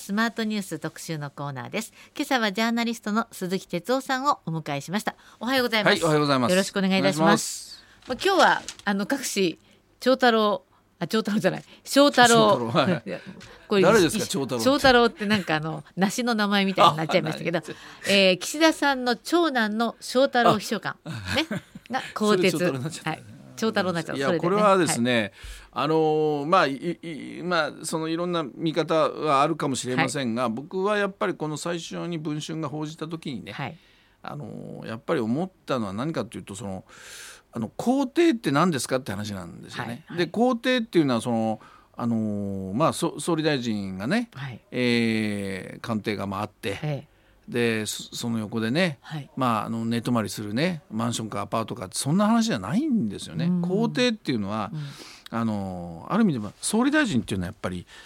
スマートニュース特集のコーナーです。今朝はジャーナリストの鈴木哲夫さんをお迎えしました。おはようございます。 はい、おはようございます。 よろしくお願いいたします。今日は各紙翔太郎じゃない翔太郎これ誰ですか翔太郎って。 翔太郎ってなんか梨の名前みたいになっちゃいましたけど、岸田さんの長男の翔太郎秘書官ねが更迭、翔太郎になっちゃった。 いやこれはですね、そのいろんな見方はあるかもしれませんが、僕はやっぱりこの最初に文春が報じた時にね、やっぱり思ったのは何かというと、皇帝って何ですかって話なんですよね。で皇帝っていうのは総理大臣がね、官邸があって、でその横でね、寝泊まりするねマンションかアパートかってそんな話じゃないんですよね。皇帝っていうのは、ある意味では総理大臣っていうのはやっぱり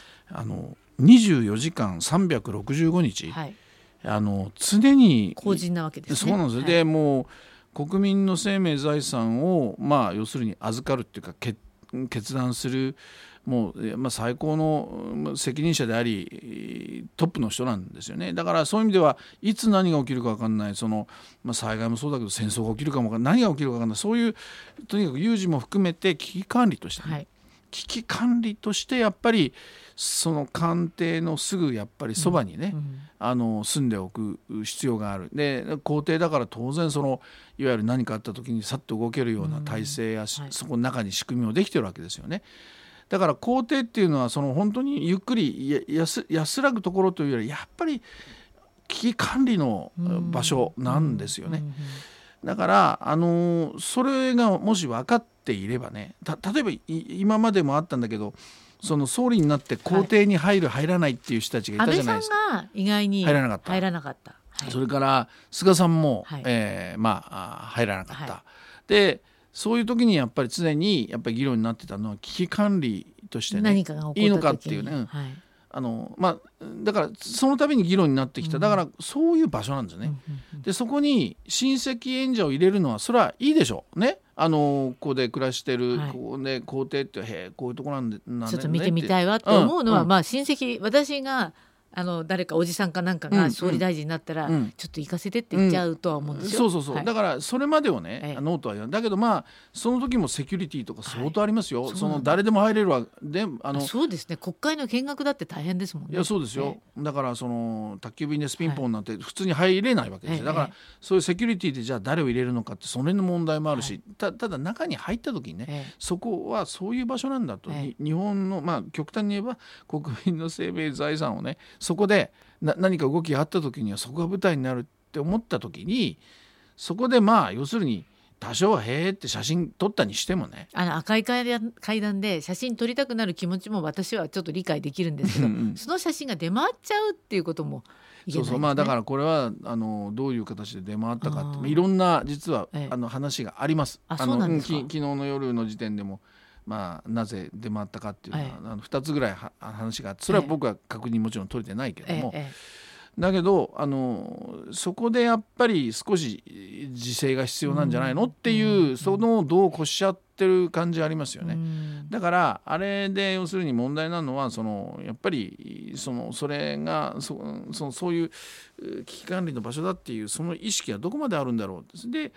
24時間365日、常に公人なわけですね。 そうなんですよ。でもう国民の生命財産を要するに預かるっていうか決断するもう、最高の責任者でありトップの人なんですよね。だからそういう意味ではいつ何が起きるか分かんない、災害もそうだけど戦争が起きるかも分かんない、何が起きるか分かんない、そういうとにかく有事も含めて危機管理として、危機管理としてやっぱりその官邸のすぐやっぱりそばにね、住んでおく必要がある。で皇帝だから当然いわゆる何かあった時にさっと動けるような体制や、そこの中に仕組みもできてるわけですよね。だから皇帝っていうのは本当にゆっくり安らぐところというよりやっぱり危機管理の場所なんですよね。だからそれがもし分かっていればね、例えば今までもあったんだけど、総理になって皇帝に入らないっていう人たちがいたじゃないですか。 安倍さんが意外に入らなかった。 それから菅さんも、入らなかった。でそういう時にやっぱり常にやっぱり議論になってたのは危機管理としてね、 何かが起こった時にいいのかっていうね、だからそのために議論になってきた。だからそういう場所なんですよね。でそこに親戚縁者を入れるのはそれはいいでしょうね。ここで暮らしてる、ここで皇帝ってこういうとこなんで、 ちょっと見てみたいわって思うのは、親戚、私が誰かおじさんかなんかが総理大臣になったら、ちょっと行かせてって言っちゃうとは思うんですよ。 だからそれまでをね、ノーとは言わない。だけどその時もセキュリティとか相当ありますよ。誰でも入れるわでそうですね。国会の見学だって大変ですもんね。 いやそうですよ。だから宅急便でスピンポンなんて普通に入れないわけですよ。だからそういうセキュリティでじゃあ誰を入れるのかってその辺の問題もあるし、ただ中に入った時にね、そこはそういう場所なんだと、日本の極端に言えば国民の生命財産をね、そこで何か動きがあった時にはそこが舞台になるって思った時に、そこで要するに多少はへーって写真撮ったにしてもね、 赤い階段で写真撮りたくなる気持ちも私はちょっと理解できるんですけどその写真が出回っちゃうっていうこともいけないですね。 だからこれはどういう形で出回ったかっていろんな実は話があります。 そうなんですか。 昨日の夜の時点でもなぜ出回ったかっていうのは、2つぐらい話があって、それは僕は確認もちろん取れてないけども、だけどそこでやっぱり少し自制が必要なんじゃないのっていう、そのどうこしちゃってる感じありますよね。だからあれで要するに問題なのはやっぱりそれがそういう危機管理の場所だっていうその意識はどこまであるんだろう。で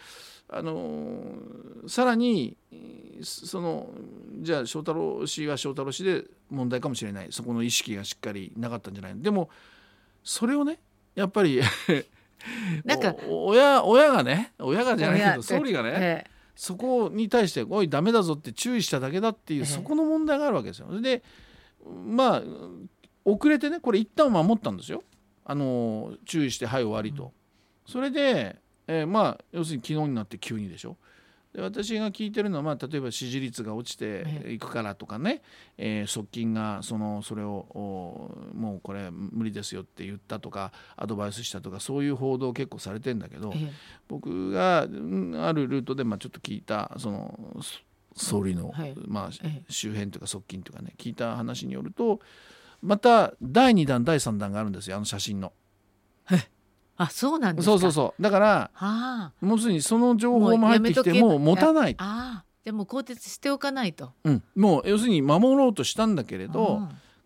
さらにじゃあ翔太郎氏は翔太郎氏で問題かもしれない、そこの意識がしっかりなかったんじゃない。でもそれをねやっぱりなんか親がじゃないけど総理がね、そこに対しておいダメだぞって注意しただけだっていう、そこの問題があるわけですよ。で遅れてねこれ一旦守ったんですよ。注意してはい終わりと、それで要するに昨日になって急にでしょ。で私が聞いてるのは、例えば支持率が落ちていくからとかね、側近がそれをもうこれ無理ですよって言ったとかアドバイスしたとか、そういう報道結構されてるんだけど、僕があるルートでちょっと聞いた総理の、周辺というか側近というかね聞いた話によると、また第2弾第3弾があるんですよ、写真の。 そうなんですか。 そうだからもうすでにその情報も入ってきてもう持たない。 でも更迭しておかないと、 もう要するに守ろうとしたんだけれど、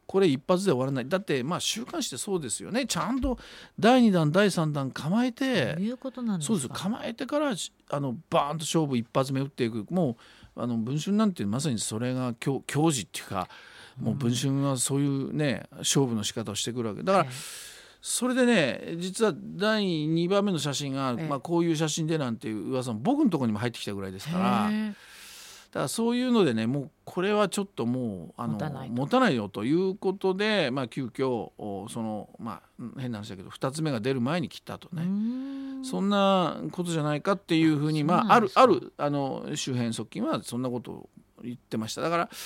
これ一発で終わらない。だってまあ週刊誌ってそうですよね。ちゃんと第2弾第3弾構えて、 どういうことなんですか。 そうです、構えてからバーンと勝負一発目打っていく。もう文春なんてまさにそれが矜持っていうか、もう文春はそういうね勝負の仕方をしてくるわけだから、それでね実は第2番目の写真が、こういう写真でなんていう噂も僕のところにも入ってきたぐらいですから、だからそういうのでねもうこれはちょっともう持たないよということで、急遽変な話だけど2つ目が出る前に切ったとね、そんなことじゃないかっていうふうにある周辺側近はそんなことを言ってました。だから、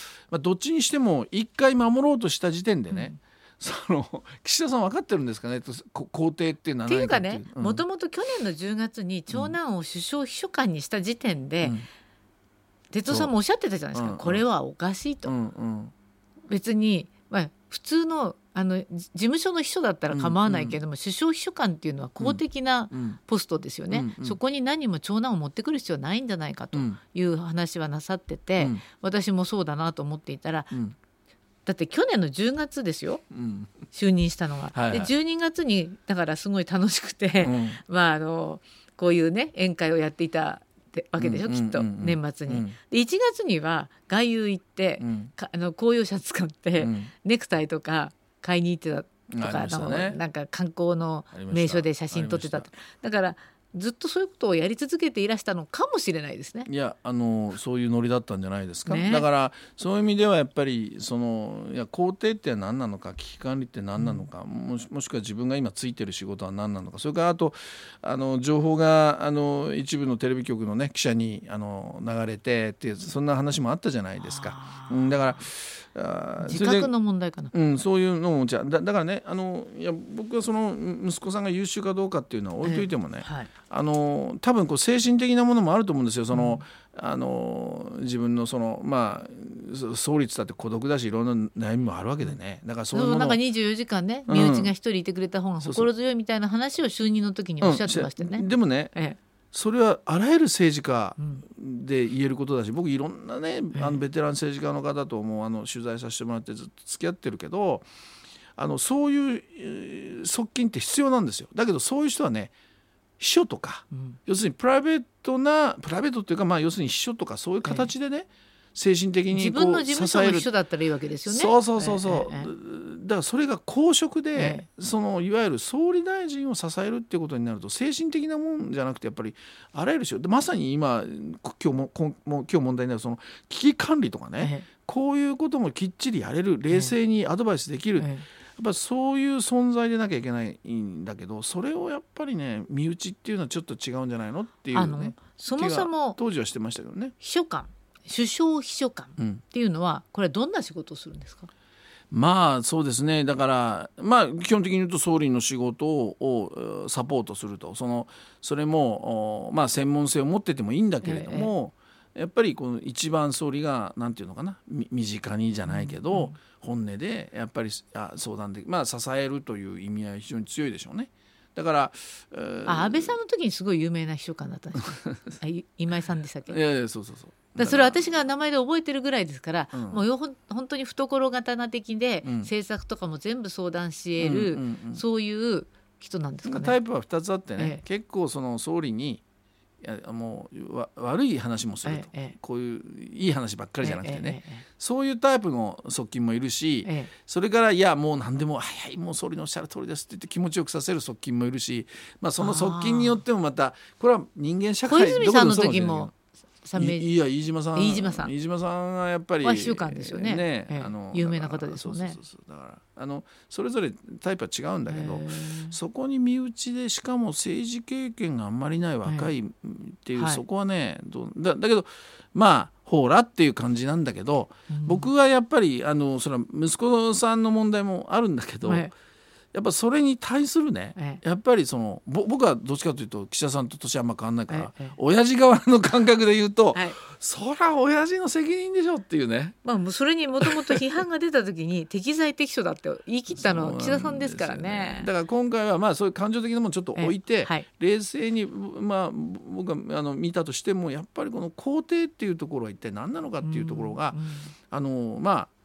どっちにしても一回守ろうとした時点でね、岸田さん分かってるんですかねと皇帝っていうのは何かっていう。 っていうかね、もともと去年の10月に長男を首相秘書官にした時点で、哲夫さんもおっしゃってたじゃないですか、これはおかしいと、別に、普通の事務所の秘書だったら構わないけども、首相秘書官っていうのは公的なポストですよね、そこに何も長男を持ってくる必要ないんじゃないかという話はなさってて、私もそうだなと思っていたら、だって去年の10月ですよ、就任したのが、で12月にだからすごい楽しくて、こういうね宴会をやっていたわけでしょ、きっと年末に、で1月には外遊行って、公用車使って、ネクタイとか買いに行ってたとか、なんか観光の名所で写真撮ってたと。だからずっとそういうことをやり続けていらしたのかもしれないですね。 いやそういうノリだったんじゃないですか、だからそういう意味ではやっぱり皇帝って何なのか、危機管理って何なのか、もしくは自分が今ついてる仕事は何なのか、それからあと情報が一部のテレビ局の、ね、記者に流れてっていうそんな話もあったじゃないですか、だから自覚の問題かな、 そういうのもだからね僕はその息子さんが優秀かどうかっていうのは置いといてもね、多分精神的なものもあると思うんですよ。自分の総理だって孤独だしいろんな悩みもあるわけでね、だからそういうものなんか24時間ね身内が一人いてくれた方が心強いみたいな話を就任の時におっしゃってましたよね。 でもね、それはあらゆる政治家で言えることだし、僕いろんなねベテラン政治家の方とも取材させてもらってずっと付き合ってるけど、そういう側近って必要なんですよ。だけどそういう人はね秘書とか、要するにプライベートっていうか、要するに秘書とかそういう形でね、精神的に自分の事務所の秘書だったらいいわけですよね。 そうだからそれが公職で、いわゆる総理大臣を支えるっていうことになると精神的なもんじゃなくてやっぱりあらゆる人まさに今日問題になるその危機管理とかね、こういうこともきっちりやれる、冷静にアドバイスできる、やっぱそういう存在でなきゃいけないんだけど、それをやっぱりね身内っていうのはちょっと違うんじゃないのっていうね、 そもそも当時はしてましたけどね。 秘書官、首相秘書官っていうのは、これはどんな仕事をするんですか。 そうですね、だから基本的に言うと総理の仕事をサポートすると、それも専門性を持っててもいいんだけれども、やっぱりこの一番総理がなんていうのかな、身近にじゃないけど、本音でやっぱり相談で支えるという意味合い非常に強いでしょうね。だから安倍さんの時にすごい有名な秘書官だったんですよ今井さんでしたっけ。 そうそれは私が名前で覚えてるぐらいですから、もう本当に懐刀的で、政策とかも全部相談し得る、そういう人なんですかね。 タイプは2つあってね、結構総理にもう悪い話もすると、こういういい話ばっかりじゃなくてね、そういうタイプの側近もいるし、それからもう何でもはいもう総理のおっしゃる通りですって言って気持ちよくさせる側近もいるし、その側近によってもまたこれは人間社会小泉さんの時も飯島さんがやっぱり秘書官ですよね、有名な方ですよね。 だからそれぞれタイプは違うんだけど、そこに身内でしかも政治経験があんまりない若いっていう、そこはねだけどほらっていう感じなんだけど、僕はやっぱりそれは息子さんの問題もあるんだけど、やっぱそれに対するね、やっぱり僕はどっちかというと岸田さんと年あんま変わんないから、親父側の感覚で言うと、そりゃ親父の責任でしょっていうね、 それにもともと批判が出た時に適材適所だって言い切ったのは岸田さんですからね。 だから今回はそういう感情的なものちょっと置いて、冷静に僕は見たとしても、やっぱりこの皇帝っていうところは一体何なのかっていうところが、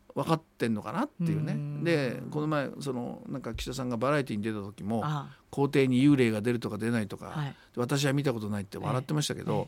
分かってんのかなっていうね。でこの前なんか岸田さんがバラエティに出た時も校庭に幽霊が出るとか出ないとか、はい、私は見たことないって笑ってましたけど、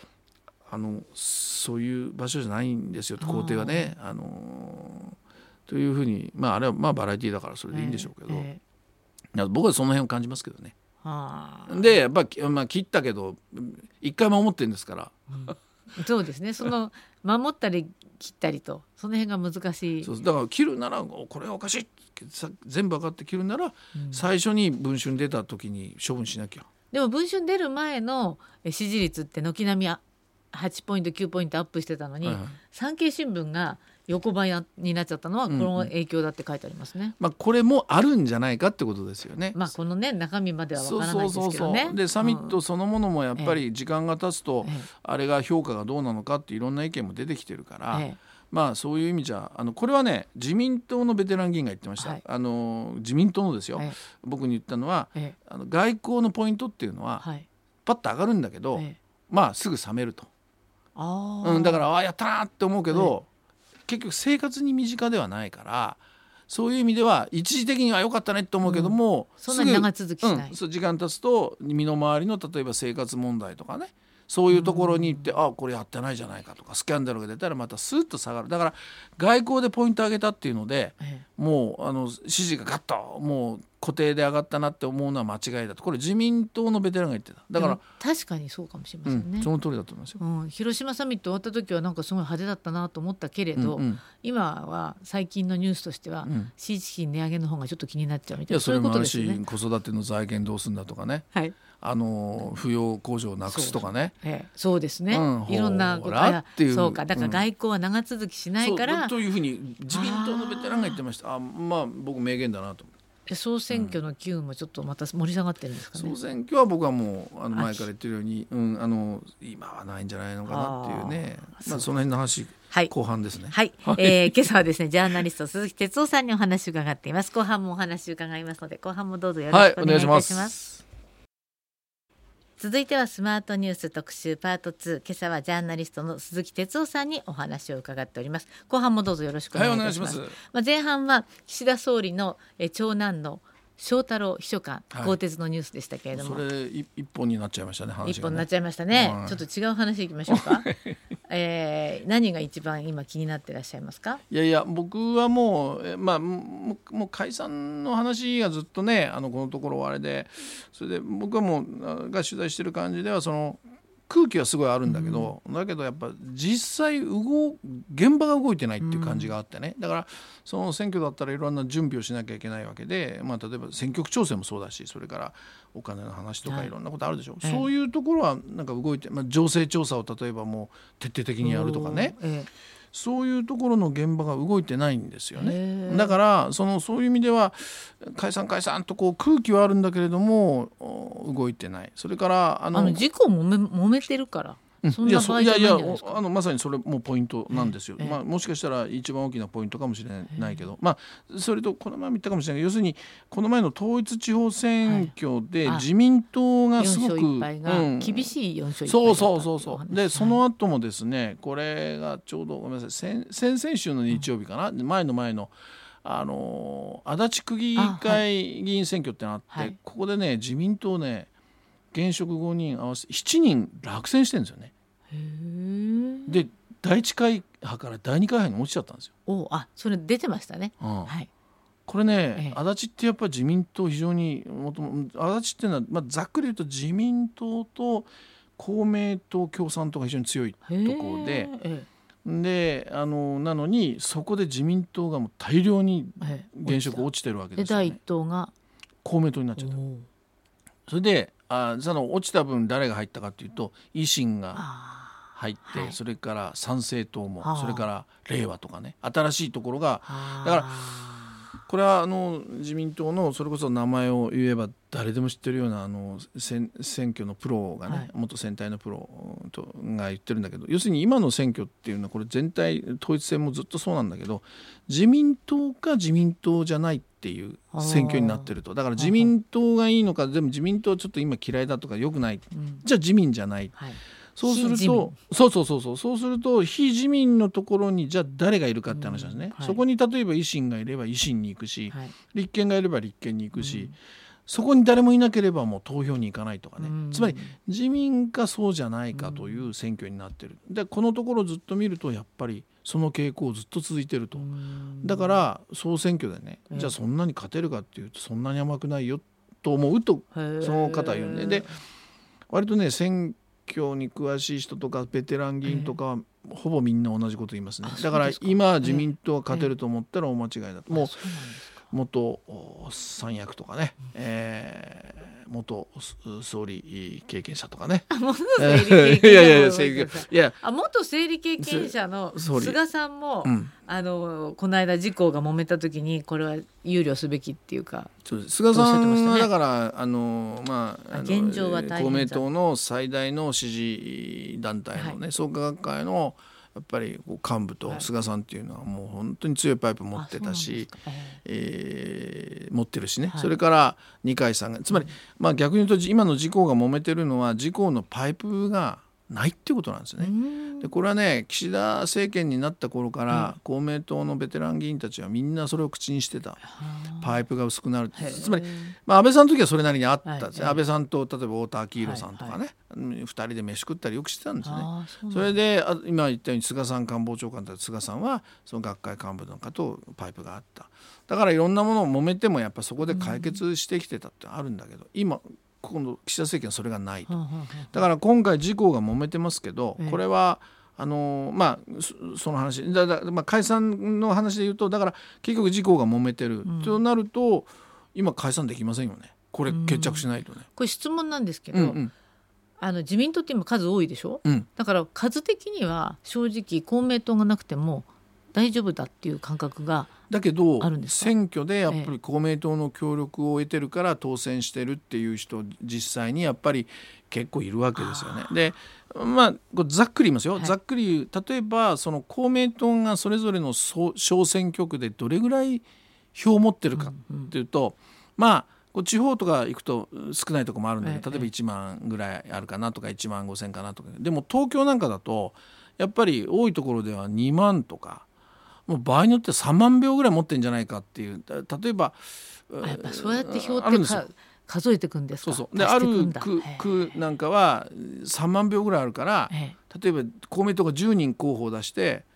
そういう場所じゃないんですよ校庭はね。というふうに、あれはバラエティだからそれでいいんでしょうけど、僕はその辺を感じますけどね。でやっぱ切ったけど一回も思ってるんですから、 そうですね。守ったり切ったりとその辺が難しい。 そうだから切るならこれはおかしい全部分かって切るなら、最初に文春出た時に処分しなきゃ。 でも文春出る前の支持率って軒並み8ポイント9ポイントアップしてたのに、産経新聞が横ばいになっちゃったのはこの影響だって書いてありますね。 これもあるんじゃないかってことですよね。 このね中身までは分からないですけどね。 でサミットそのものもやっぱり時間が経つと、あれが評価がどうなのかっていろんな意見も出てきてるから、そういう意味じゃこれはね自民党のベテラン議員が言ってました、自民党のですよ、僕に言ったのは、外交のポイントっていうのは、パッと上がるんだけど、すぐ冷めると。だからやったなって思うけど、結局生活に身近ではないから、そういう意味では一時的には良かったねって思うけども、 そんなに長続きしない。 時間経つと身の回りの例えば生活問題とかね、そういうところに行って、これやってないじゃないかとかスキャンダルが出たらまたスーッと下がる。だから外交でポイント上げたっていうので、もう支持がガッともう固定で上がったなって思うのは間違いだと。これ自民党のベテランが言ってた。だから確かにそうかもしれませんね、 その通りだと思いますよ、 広島サミット終わった時はなんかすごい派手だったなと思ったけれど、今は最近のニュースとしては、支持費値上げの方がちょっと気になっちゃうみたいな。そういうことですね。 子育ての財源どうするんだとかね、扶養控除をなくすとかね、 そうですね、いろんなことがそうか。だから外交は長続きしないから、 というふうに自民党のベテランが言ってました。僕名言だなと思って。 総選挙の機運もちょっとまた盛り下がってるんですかね。 総選挙は僕はもう前から言ってるように、今はないんじゃないのかなっていうね。その辺の話、後半ですね。 今朝はですねジャーナリスト鈴木哲夫さんにお話を伺っています。後半もお話を伺いますので、後半もどうぞよろしくお願いいたします。続いてはスマートニュース特集パート2。今朝はジャーナリストの鈴木哲夫さんにお話を伺っております。後半もどうぞよろしくお願いいたします。前半は岸田総理の長男の翔太郎秘書官更迭のニュースでしたけれども、 それ一本になっちゃいましたね。話がね一本になっちゃいましたね、ちょっと違う話いきましょうか。何が一番今気になってらっしゃいますか。 いや僕はもう解散の話がずっとねこのところあれで、それで僕はもうが取材してる感じでは空気はすごいあるんだけど、だけどやっぱ実際現場が動いてないっていう感じがあってね。だからその選挙だったらいろんな準備をしなきゃいけないわけで、例えば選挙区調整もそうだし、それからお金の話とかいろんなことあるでしょ、そういうところはなんか動いて、情勢調査を例えばもう徹底的にやるとかね、そういうところの現場が動いてないんですよね。だからそういう意味では解散と空気はあるんだけれども動いてない。それから事故揉めてるからそんな場合じゃないんじゃないですか。 まさにそれもポイントなんですよ。もしかしたら一番大きなポイントかもしれないけど、それとこの前も言ったかもしれないけど、要するにこの前の統一地方選挙で自民党がすごく、 4勝1敗が厳しい4勝1敗だったそうで、その後もですね、これがちょうどごめんなさい、先々週の日曜日かな、前の足立区議会議員選挙ってのあって、ここでね自民党ね現職5人合わせて7人落選してるんですよね。で第1会派から第2会派に落ちちゃったんですよ。 それ出てましたね、 これね、足立ってやっぱり自民党非常に足立っていうのは、ざっくり言うと自民党と公明党共産党が非常に強いところで、なのにそこで自民党がもう大量に現職落ちてるわけですよね。 で第1党が公明党になっちゃった。それで落ちた分誰が入ったかというと維新が入って、それから参政党も、それから令和とかね、新しいところが、だからこれは自民党のそれこそ名前を言えば誰でも知ってるような選挙のプロがね、元選対のプロが言ってるんだけど、要するに今の選挙っていうのはこれ全体統一選もずっとそうなんだけど、自民党か自民党じゃないっていう選挙になってると。だから自民党がいいのか、でも自民党ちょっと今嫌いだとか良くない、じゃあ自民じゃない、 そうするとそうすると非自民のところにじゃあ誰がいるかって話なんですね、そこに例えば維新がいれば維新に行くし、立憲がいれば立憲に行くし、そこに誰もいなければもう投票に行かないとかね、つまり自民かそうじゃないかという選挙になってる。でこのところをずっと見るとやっぱりその傾向ずっと続いてると。だから総選挙でね、じゃあそんなに勝てるかっていうとそんなに甘くないよと思うとその方は言うんで、割とね選挙に詳しい人とかベテラン議員とかはほぼみんな同じこと言いますね。だから今自民党が勝てると思ったら大間違いだと。もう元三役とかね、元総理経験者とかね元整理経験者元整理経験者の菅さんも、この間自公が揉めた時にこれは憂慮すべきっていうか、 そうです。菅さんはだから現状は大変公明党の最大の支持団体のね、創価学会のやっぱり幹部と菅さんっていうのはもう本当に強いパイプ持ってたし、持ってるしね、それから二階さんがつまり、逆に言うと今の自公が揉めてるのは自公のパイプがないっていうことなんですね。でこれはね岸田政権になった頃から公明党のベテラン議員たちはみんなそれを口にしてた。パイプが薄くなる。つまり、安倍さんの時はそれなりにあったんですね。安倍さんと例えば太田昭宏さんとかね、2人で飯食ったりよくしてたんですね。それで今言ったように菅さん官房長官と菅さんはその学会幹部なんかとパイプがあった。だからいろんなものを揉めてもやっぱそこで解決してきてたってあるんだけど、今今度岸田政権はそれがないと。だから今回自公が揉めてますけど、これはその話解散の話で言うと、だから結局自公が揉めてるとなると今解散できませんよね。これ決着しないとね。 これ質問なんですけど、自民党って今数多いでしょ、だから数的には正直公明党がなくても大丈夫だっていう感覚がだけど選挙でやっぱり公明党の協力を得てるから当選してるっていう人実際にやっぱり結構いるわけですよね。でこれざっくり言いますよ、ざっくり例えばその公明党がそれぞれの小選挙区でどれぐらい票を持ってるかっていうと、地方とか行くと少ないところもあるんだけど、例えば1万ぐらいあるかなとか1万5千かなとか。でも東京なんかだとやっぱり多いところでは2万とかもう場合によっては3万票ぐらい持ってるんじゃないかっていう。例えばやっぱそうやって票って数えていくんですか。 そうである区なんかは3万票ぐらいあるから、例えば公明党が10人候補を出して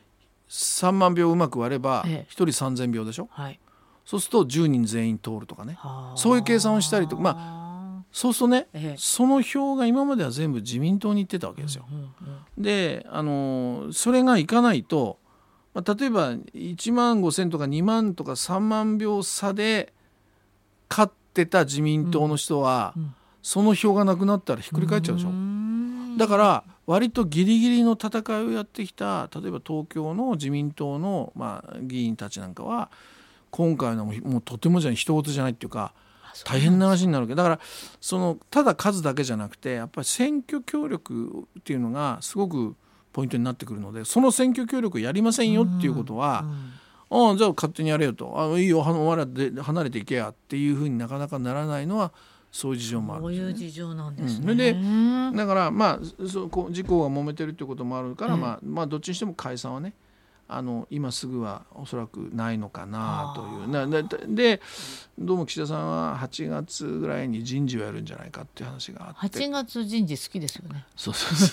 3万票うまく割れば1人3000票でしょ、そうすると10人全員通るとかね、そういう計算をしたりとか、そうするとね、その票が今までは全部自民党に行ってたわけですよ。でそれがいかないと、例えば1万5千とか2万とか3万票差で勝ってた自民党の人は、その票がなくなったらひっくり返っちゃうでしょ。だから割とギリギリの戦いをやってきた例えば東京の自民党の、議員たちなんかは今回のもうとてもじゃない人事じゃないっていうか大変な話になるわけだから、ただ数だけじゃなくてやっぱり選挙協力っていうのがすごくポイントになってくるので、その選挙協力やりませんよっていうことは、じゃあ勝手にやれよと、いいよお前らで離れていけやっていうふうになかなかならないのはそういう事情もあるんですね。 そういう事情なんですね。 でだから自公が揉めてるっていうこともあるから、どっちにしても解散はね今すぐはおそらくないのかなというでどうも岸田さんは8月ぐらいに人事をやるんじゃないかっていう話があって、 8月人事好きですよね。 そう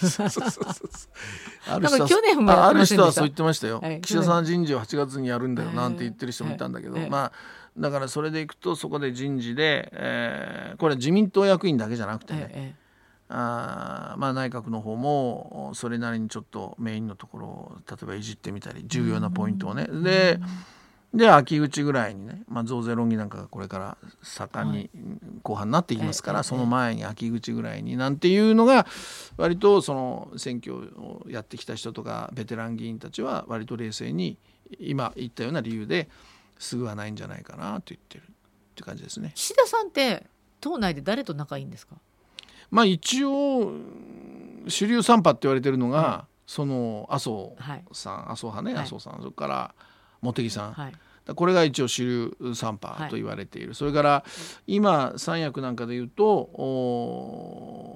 去年もある人はそう言ってましたよ、岸田さん人事を8月にやるんだよなんて言ってる人もいたんだけど、だからそれでいくとそこで人事で、これは自民党役員だけじゃなくてね、内閣の方もそれなりにちょっとメインのところを例えばいじってみたり重要なポイントをね、で秋口ぐらいにね、増税論議なんかがこれから盛んに後半になっていきますから、その前に秋口ぐらいになんていうのが割とその選挙をやってきた人とかベテラン議員たちは割と冷静に今言ったような理由ですぐはないんじゃないかなと言ってるって感じですね。 岸田さんって党内で誰と仲いいんですか。 一応主流3派って言われてるのが、その麻生さん、麻生派ね、麻生さん、それから茂木さん、これが一応主流3派と言われている。それから今三役なんかでいうと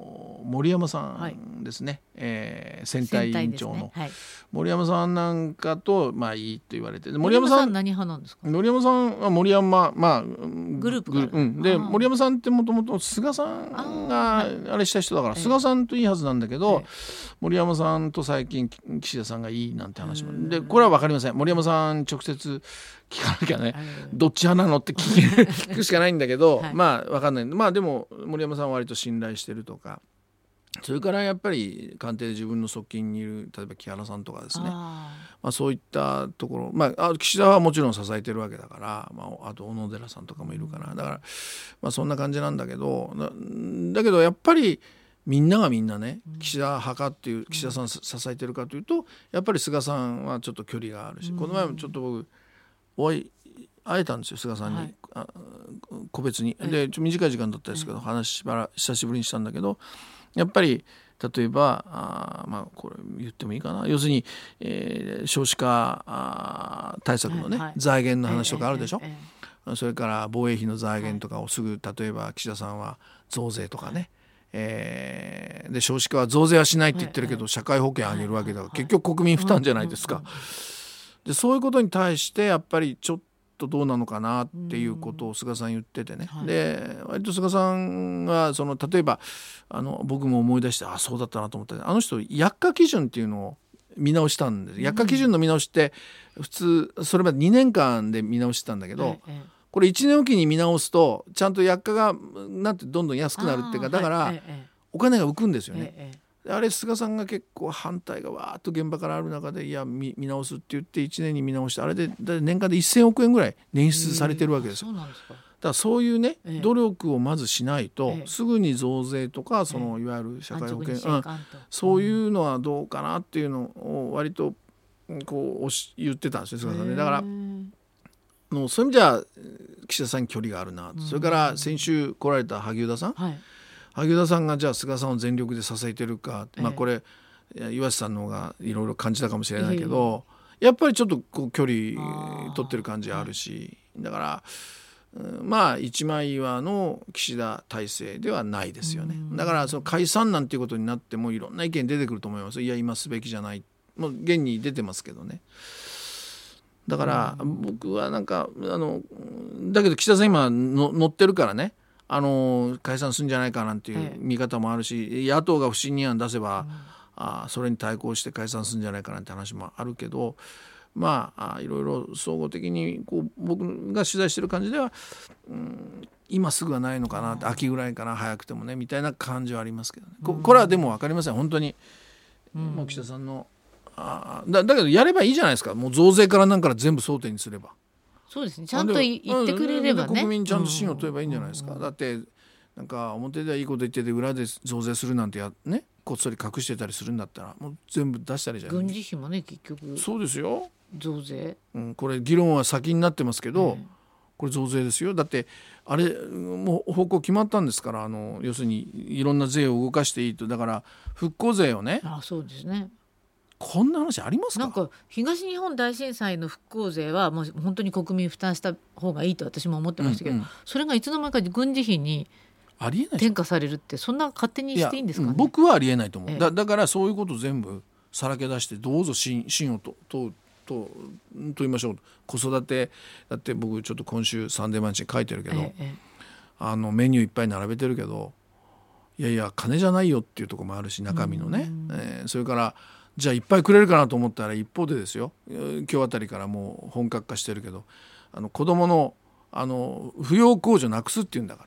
森山さんですね、選対委員長の、森山さんなんかといいと言われて、 森山さん何派なんですか？ 森山さんは森山、 グループがで森山さんってもともと菅さんがあれした人だから、菅さんといいはずなんだけど、森山さんと最近岸田さんがいいなんて話もで、これは分かりません。森山さん直接聞かなきゃね、どっち派なのって聞くしかないんだけど、分かんない。でも森山さんは割と信頼してるとか、それからやっぱり官邸で自分の側近にいる例えば木原さんとかですね、そういったところ、岸田はもちろん支えてるわけだから、あと小野寺さんとかもいるから、だからそんな感じなんだけど、だけどやっぱりみんながみんなね、岸田派かっていう、岸田さん支えてるかというと、やっぱり菅さんはちょっと距離があるし、この前もちょっと僕会えたんですよ、菅さんに、個別に。でちょっと短い時間だったんですけど、話久しぶりにしたんだけど、やっぱり例えばこれ言ってもいいかな、要するに、少子化対策のね、財源の話とかあるでしょ、それから防衛費の財源とかをすぐ、例えば岸田さんは増税とかね、で少子化は増税はしないって言ってるけど、社会保険上げるわけだから、結局国民負担じゃないですか。でそういうことに対してやっぱりちょっとどうなのかなっていうことを菅さん言っててね、で割と菅さんが例えば僕も思い出して、そうだったなと思った、あの人薬価基準っていうのを見直したんです。薬価基準の見直しって普通それまで2年間で見直してたんだけど、これ1年おきに見直すとちゃんと薬価がどんどん安くなるっていうか、だからお金が浮くんですよね。あれ菅さんが結構反対がわーっと現場からある中で、いや 見直すって言って1年に見直して、あれで年間で1000億円ぐらい捻出されてるわけですよ。だからそういうね、努力をまずしないと、すぐに増税とかいわゆる社会保険、そういうのはどうかなっていうのを割とこう言ってたんですよ、菅さんね。だからもうそういう意味じゃ岸田さんに距離があるな。それから先週来られた萩生田さん、萩生田さんがじゃあ菅さんを全力で支えてるか、これ岩瀬さんの方がいろいろ感じたかもしれないけど、やっぱりちょっと距離取ってる感じあるし、だから一枚岩の岸田体制ではないですよね。だから解散なんていうことになってもいろんな意見出てくると思います。いや今すべきじゃない、もう現に出てますけどね。だから僕はだけど岸田さん今乗ってるからね、解散するんじゃないかなんていう見方もあるし、野党が不信任案出せば、それに対抗して解散するんじゃないかなんて話もあるけど、いろいろ総合的に僕が取材してる感じでは、今すぐはないのかなって、秋ぐらいかな、早くてもねみたいな感じはありますけどね。これはでも分かりません本当に。もう岸田さんのだけどやればいいじゃないですか。もう増税からなんから全部争点にすれば。 そうですね、ちゃんと言ってくれればね、 国民ちゃんと信を問えばいいんじゃないですか。だって表ではいいこと言ってて裏で増税するなんてこっそり隠してたりするんだったら、もう全部出したらいいじゃないですか。 軍事費もね結局そうですよ、 増税、 これ議論は先になってますけど、これ増税ですよ。だってあれもう方向決まったんですから、要するにいろんな税を動かしていいと。だから復興税をね、 そうですね、 こんな話ありますか。 なんか東日本大震災の復興税はもう本当に国民負担した方がいいと私も思ってましたけど、それがいつの間にか軍事費に転嫁されるって、そんな勝手にしていいんですかね。 僕はありえないと思う。だからそういうこと全部さらけ出して、どうぞ信を問いましょう。子育てだって僕ちょっと今週サンデー毎日に書いてるけど、メニューいっぱい並べてるけど、いやいや金じゃないよっていうところもあるし、中身のね、それからじゃあいっぱいくれるかなと思ったら、一方でですよ、今日あたりからもう本格化してるけど、子どもの扶養控除なくすっていうんだから、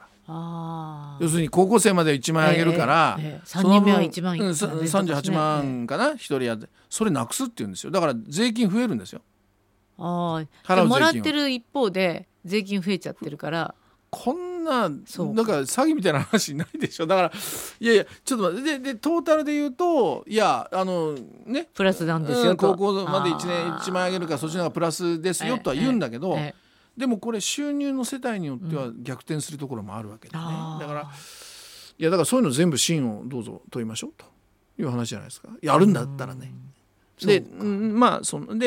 要するに高校生まで1万円あげるから、 3人目は1万円、 38万かな、1人やって、それなくすっていうんですよ。だから税金増えるんですよ。 もらってる一方で税金増えちゃってるから、 こんななんか詐欺みたいな話ないでしょ。だからいやちょっと待って、でトータルで言うと、いやプラスなんですよ、 高校まで1年1万円あげるから、そっちの方がプラスですよとは言うんだけど、でもこれ収入の世帯によっては逆転するところもあるわけでね。だからそういうの全部信をどうぞ問いましょうという話じゃないですか。やるんだったらね。で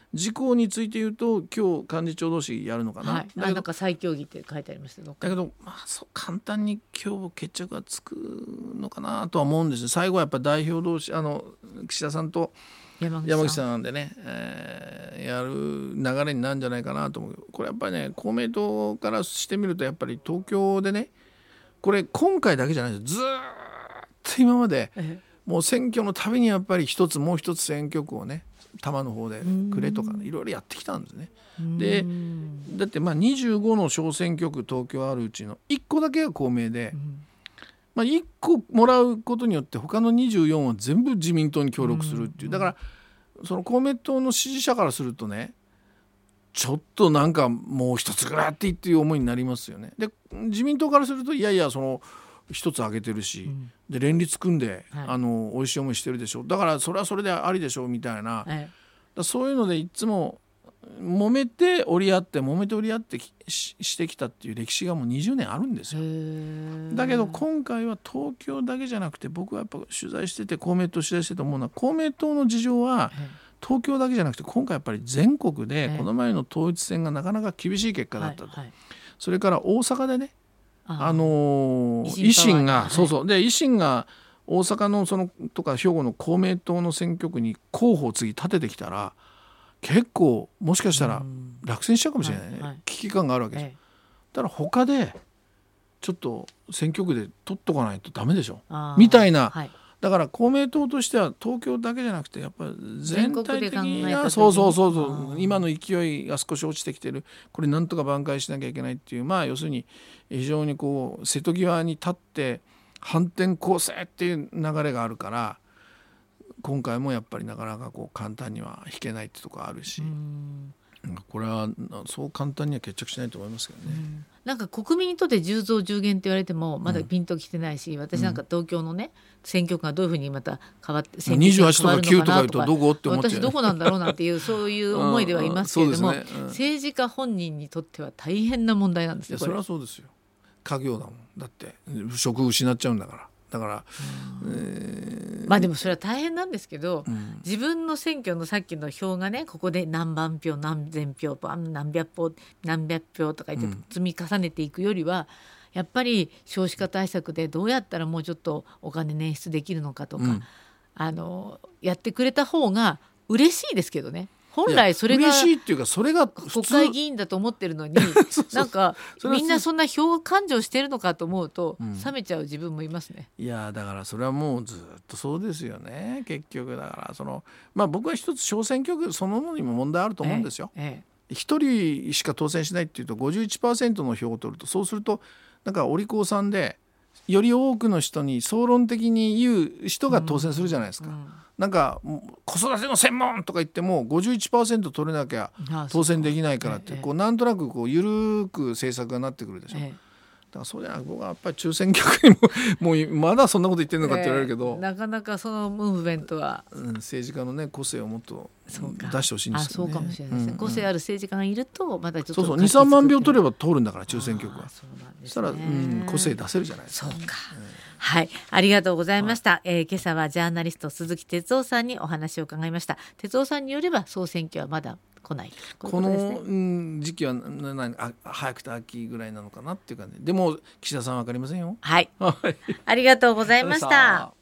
事項について言うと今日幹事長同士やるのかな、 はい、なんか再協議って書いてありましただけど、そう簡単に今日決着がつくのかなとは思うんですよ。最後はやっぱ代表同士岸田さんと山口さんでね、やる流れになるんじゃないかなと思う。これやっぱりね公明党からしてみるとやっぱり東京でねこれ今回だけじゃないですよ。ずーっと今までもう選挙のたびにやっぱりもう一つ選挙区をね多摩の方でくれとか、ね、いろいろやってきたんですね。でだって25の小選挙区東京あるうちの1個だけが公明で、1個もらうことによって他の24は全部自民党に協力するっていう。だからその公明党の支持者からするとねちょっとなんかもう一つぐらいっていう思いになりますよね。で自民党からするといやいやその一つ上げてるし、で連立組んで、美味しい思いしてるでしょ。だからそれはそれでありでしょみたいな、だそういうのでいつも揉めて折り合ってしてきたっていう歴史がもう20年あるんですよ。だけど今回は東京だけじゃなくて僕はやっぱ取材してて公明党取材してて思うのは公明党の事情は東京だけじゃなくて今回やっぱり全国でこの前の統一選がなかなか厳しい結果だったと、それから大阪でね維新が、維新が大阪のそのとか兵庫の公明党の選挙区に候補を次立ててきたら結構もしかしたら落選しちゃうかもしれないね、危機感があるわけです。だから他でちょっと選挙区で取っとかないとダメでしょみたいな、だから公明党としては東京だけじゃなくてやっぱり全体的に今の勢いが少し落ちてきてる、これなんとか挽回しなきゃいけないっていう、要するに非常にこう瀬戸際に立って反転攻勢っていう流れがあるから今回もやっぱりなかなかこう簡単には引けないってとこあるし、これはそう簡単には決着しないと思いますけどね。 なんか国民にとって10増10減って言われてもまだピンときてないし、私なんか東京のね選挙区がどういうふうにまた変わって選挙区が変わるのかなとか、28とか9とか言うとどこって思っちゃう、私どこなんだろうなっていうそういう思いではいますけれども、政治家本人にとっては大変な問題なんですよ。 それはそうですよ。家業だもん。だって職失っちゃうんだから。だからでもそれは大変なんですけど、自分の選挙のさっきの票がねここで何万票何千票何百票とか言って積み重ねていくよりは、やっぱり少子化対策でどうやったらもうちょっとお金捻出できるのかとか、やってくれた方が嬉しいですけどね。本来それが嬉しいっていうかそれが国会議員だと思ってるのになんかみんなそんな票勘定してるのかと思うと冷めちゃう自分もいますね。 いやだからそれはもうずっとそうですよね。結局だから僕は一つ小選挙区そのものにも問題あると思うんですよ。一人しか当選しないっていうと 51% の票を取ると、そうするとなんかお利口さんでより多くの人に総論的に言う人が当選するじゃないですか。なんか子育ての専門とか言っても 51% 取れなきゃ当選できないからってなんとなく緩く政策がなってくるでしょ。だからそうじゃなく僕はやっぱり中選挙区にもうまだそんなこと言ってるのかって言われるけど、 なかなかそのムーブメントは、 政治家のね個性をもっと出してほしいんですよね。 そうかもしれないですね。個性ある政治家がいるとまたちょっと 2,3 万票取れば通るんだから中選挙区は。そしたら個性出せるじゃないですか。 そうか、はい、ありがとうございました。今朝はジャーナリスト鈴木哲夫さんにお話を伺いました。哲夫さんによれば総選挙はまだ来ない、 この時期は早くて秋ぐらいなのかなっていう感じでも岸田さんは分かりませんよ。 はいありがとうございました。